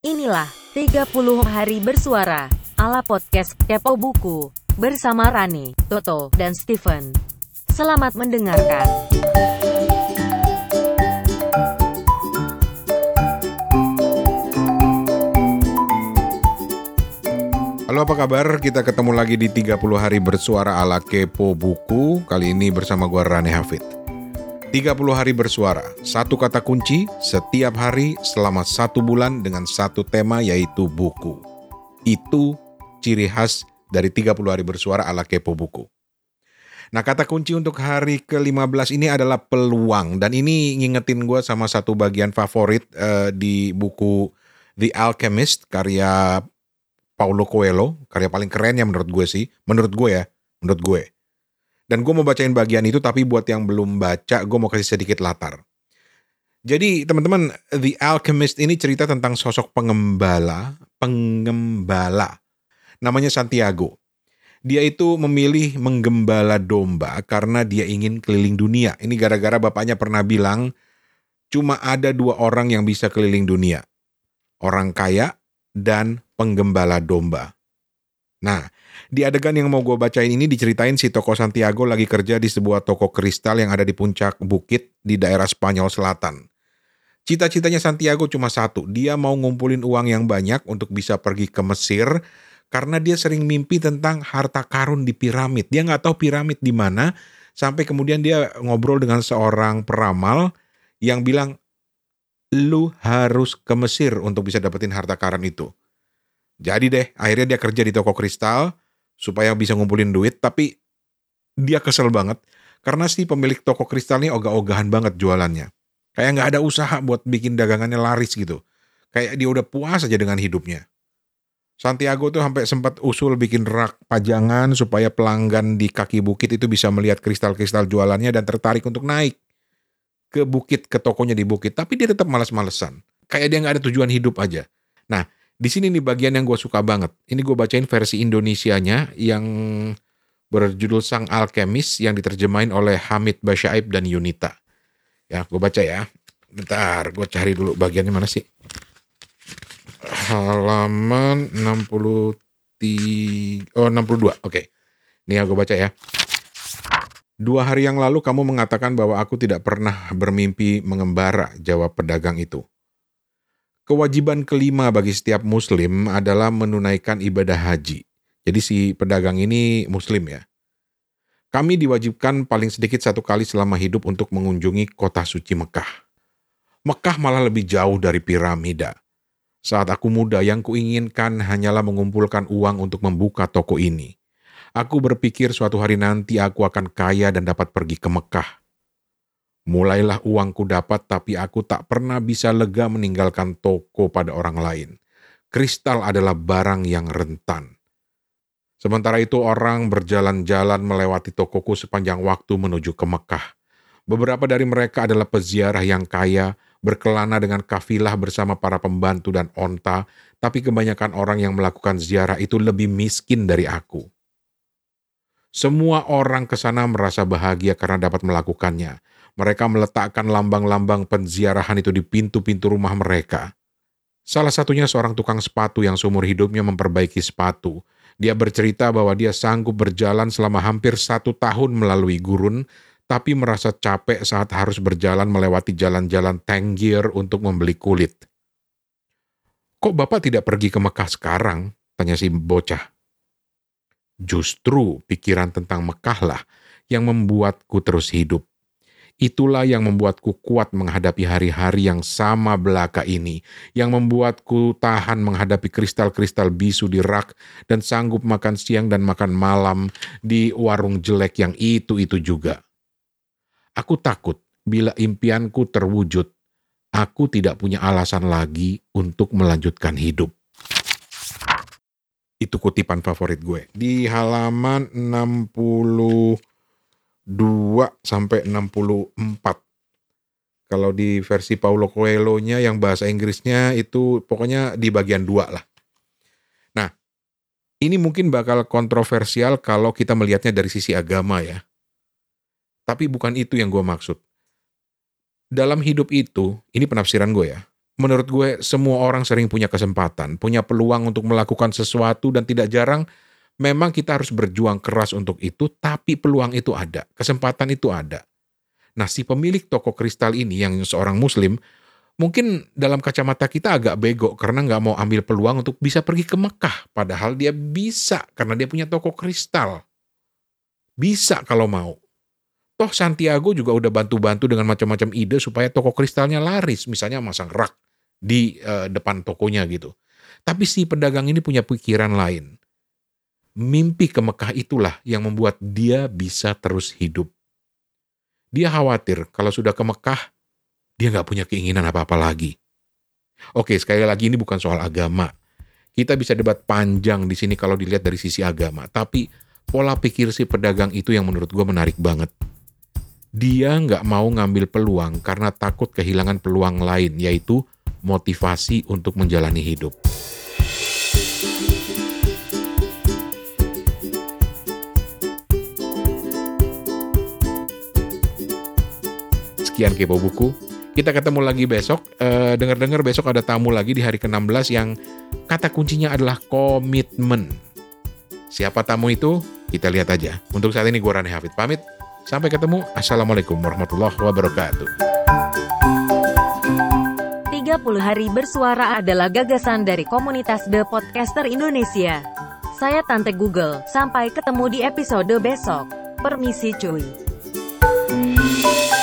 Inilah 30 hari bersuara ala podcast Kepo Buku bersama Rani, Toto, dan Steven. Selamat mendengarkan. Halo, apa kabar? Kita ketemu lagi di 30 hari bersuara ala Kepo Buku. Kali ini bersama gue Rani Hafid. 30 hari bersuara, satu kata kunci setiap hari selama 1 bulan dengan satu tema yaitu buku. Itu ciri khas dari 30 hari bersuara ala Kepo Buku. Nah, kata kunci untuk hari ke-15 ini adalah peluang. Dan ini ngingetin gue sama satu bagian favorit di buku The Alchemist, karya Paulo Coelho, karya paling keren ya menurut gue sih. Menurut gue. Dan gue mau bacain bagian itu, tapi buat yang belum baca, gue mau kasih sedikit latar. Jadi teman-teman, The Alchemist ini cerita tentang sosok pengembala. Namanya Santiago. Dia itu memilih menggembala domba karena dia ingin keliling dunia. Ini gara-gara bapaknya pernah bilang, cuma ada 2 orang yang bisa keliling dunia. Orang kaya dan penggembala domba. Nah, di adegan yang mau gue bacain ini diceritain si tokoh Santiago lagi kerja di sebuah toko kristal yang ada di puncak bukit di daerah Spanyol Selatan. Cita-citanya Santiago cuma satu, dia mau ngumpulin uang yang banyak untuk bisa pergi ke Mesir karena dia sering mimpi tentang harta karun di piramid. Dia nggak tahu piramid di mana, sampai kemudian dia ngobrol dengan seorang peramal yang bilang, lu harus ke Mesir untuk bisa dapetin harta karun itu. Jadi deh, akhirnya dia kerja di toko kristal supaya bisa ngumpulin duit, tapi dia kesel banget karena si pemilik toko kristal ini ogah-ogahan banget jualannya. Kayak nggak ada usaha buat bikin dagangannya laris gitu. Kayak dia udah puas aja dengan hidupnya. Santiago tuh sampai sempat usul bikin rak pajangan supaya pelanggan di kaki bukit itu bisa melihat kristal-kristal jualannya dan tertarik untuk naik ke bukit, ke tokonya di bukit. Tapi dia tetap malas-malesan. Kayak dia nggak ada tujuan hidup aja. Nah, di sini nih bagian yang gue suka banget. Ini gue bacain versi Indonesianya yang berjudul Sang Alchemist yang diterjemahin oleh Hamid Basyaib dan Yunita. Ya, gue baca ya. Bentar, gue cari dulu bagiannya mana sih. Halaman 62. Oke. Ini ya gue baca ya. 2 hari yang lalu kamu mengatakan bahwa aku tidak pernah bermimpi mengembara, jawab pedagang itu. Kewajiban kelima bagi setiap muslim adalah menunaikan ibadah haji. Jadi si pedagang ini muslim ya. Kami diwajibkan paling sedikit 1 kali selama hidup untuk mengunjungi kota suci Mekah. Mekah malah lebih jauh dari piramida. Saat aku muda, yang kuinginkan hanyalah mengumpulkan uang untuk membuka toko ini. Aku berpikir suatu hari nanti aku akan kaya dan dapat pergi ke Mekah. Mulailah uangku dapat, tapi aku tak pernah bisa lega meninggalkan toko pada orang lain. Kristal adalah barang yang rentan. Sementara itu orang berjalan-jalan melewati tokoku sepanjang waktu menuju ke Mekah. Beberapa dari mereka adalah peziarah yang kaya, berkelana dengan kafilah bersama para pembantu dan onta, tapi kebanyakan orang yang melakukan ziarah itu lebih miskin dari aku. Semua orang ke sana merasa bahagia karena dapat melakukannya. Mereka meletakkan lambang-lambang penziarahan itu di pintu-pintu rumah mereka. Salah satunya seorang tukang sepatu yang seumur hidupnya memperbaiki sepatu. Dia bercerita bahwa dia sanggup berjalan selama hampir 1 tahun melalui gurun, tapi merasa capek saat harus berjalan melewati jalan-jalan Tangier untuk membeli kulit. Kok Bapak tidak pergi ke Mekah sekarang? Tanya si bocah. Justru pikiran tentang Mekah lah yang membuatku terus hidup. Itulah yang membuatku kuat menghadapi hari-hari yang sama belaka ini, yang membuatku tahan menghadapi kristal-kristal bisu di rak dan sanggup makan siang dan makan malam di warung jelek yang itu-itu juga. Aku takut bila impianku terwujud, aku tidak punya alasan lagi untuk melanjutkan hidup. Itu kutipan favorit gue. Di halaman 62 sampai 64. Kalau di versi Paulo Coelho-nya yang bahasa Inggrisnya itu pokoknya di bagian 2 lah. Nah, ini mungkin bakal kontroversial kalau kita melihatnya dari sisi agama ya. Tapi bukan itu yang gue maksud. Dalam hidup itu, ini penafsiran gue ya. Menurut gue, semua orang sering punya kesempatan, punya peluang untuk melakukan sesuatu dan tidak jarang memang kita harus berjuang keras untuk itu, tapi peluang itu ada, kesempatan itu ada. Nah, si pemilik toko kristal ini yang seorang muslim, mungkin dalam kacamata kita agak bego karena nggak mau ambil peluang untuk bisa pergi ke Mekah. Padahal dia bisa karena dia punya toko kristal. Bisa kalau mau. Toh Santiago juga udah bantu-bantu dengan macam-macam ide supaya toko kristalnya laris. Misalnya masang rak di depan tokonya gitu. Tapi si pedagang ini punya pikiran lain. Mimpi ke Mekah itulah yang membuat dia bisa terus hidup. Dia khawatir kalau sudah ke Mekah, dia nggak punya keinginan apa-apa lagi. Oke, sekali lagi ini bukan soal agama. Kita bisa debat panjang di sini kalau dilihat dari sisi agama. Tapi pola pikir si pedagang itu yang menurut gue menarik banget. Dia nggak mau ngambil peluang karena takut kehilangan peluang lain, yaitu motivasi untuk menjalani hidup. Sekian Kepo Buku. Kita ketemu lagi besok. Dengar-dengar besok ada tamu lagi di hari ke-16 yang kata kuncinya adalah komitmen. Siapa tamu itu? Kita lihat aja. Untuk saat ini gue Rani Hafid pamit. Sampai ketemu. Assalamualaikum warahmatullahi wabarakatuh. 30 hari bersuara adalah gagasan dari komunitas The Podcaster Indonesia. Saya Tante Google. Sampai ketemu di episode besok. Permisi cuy.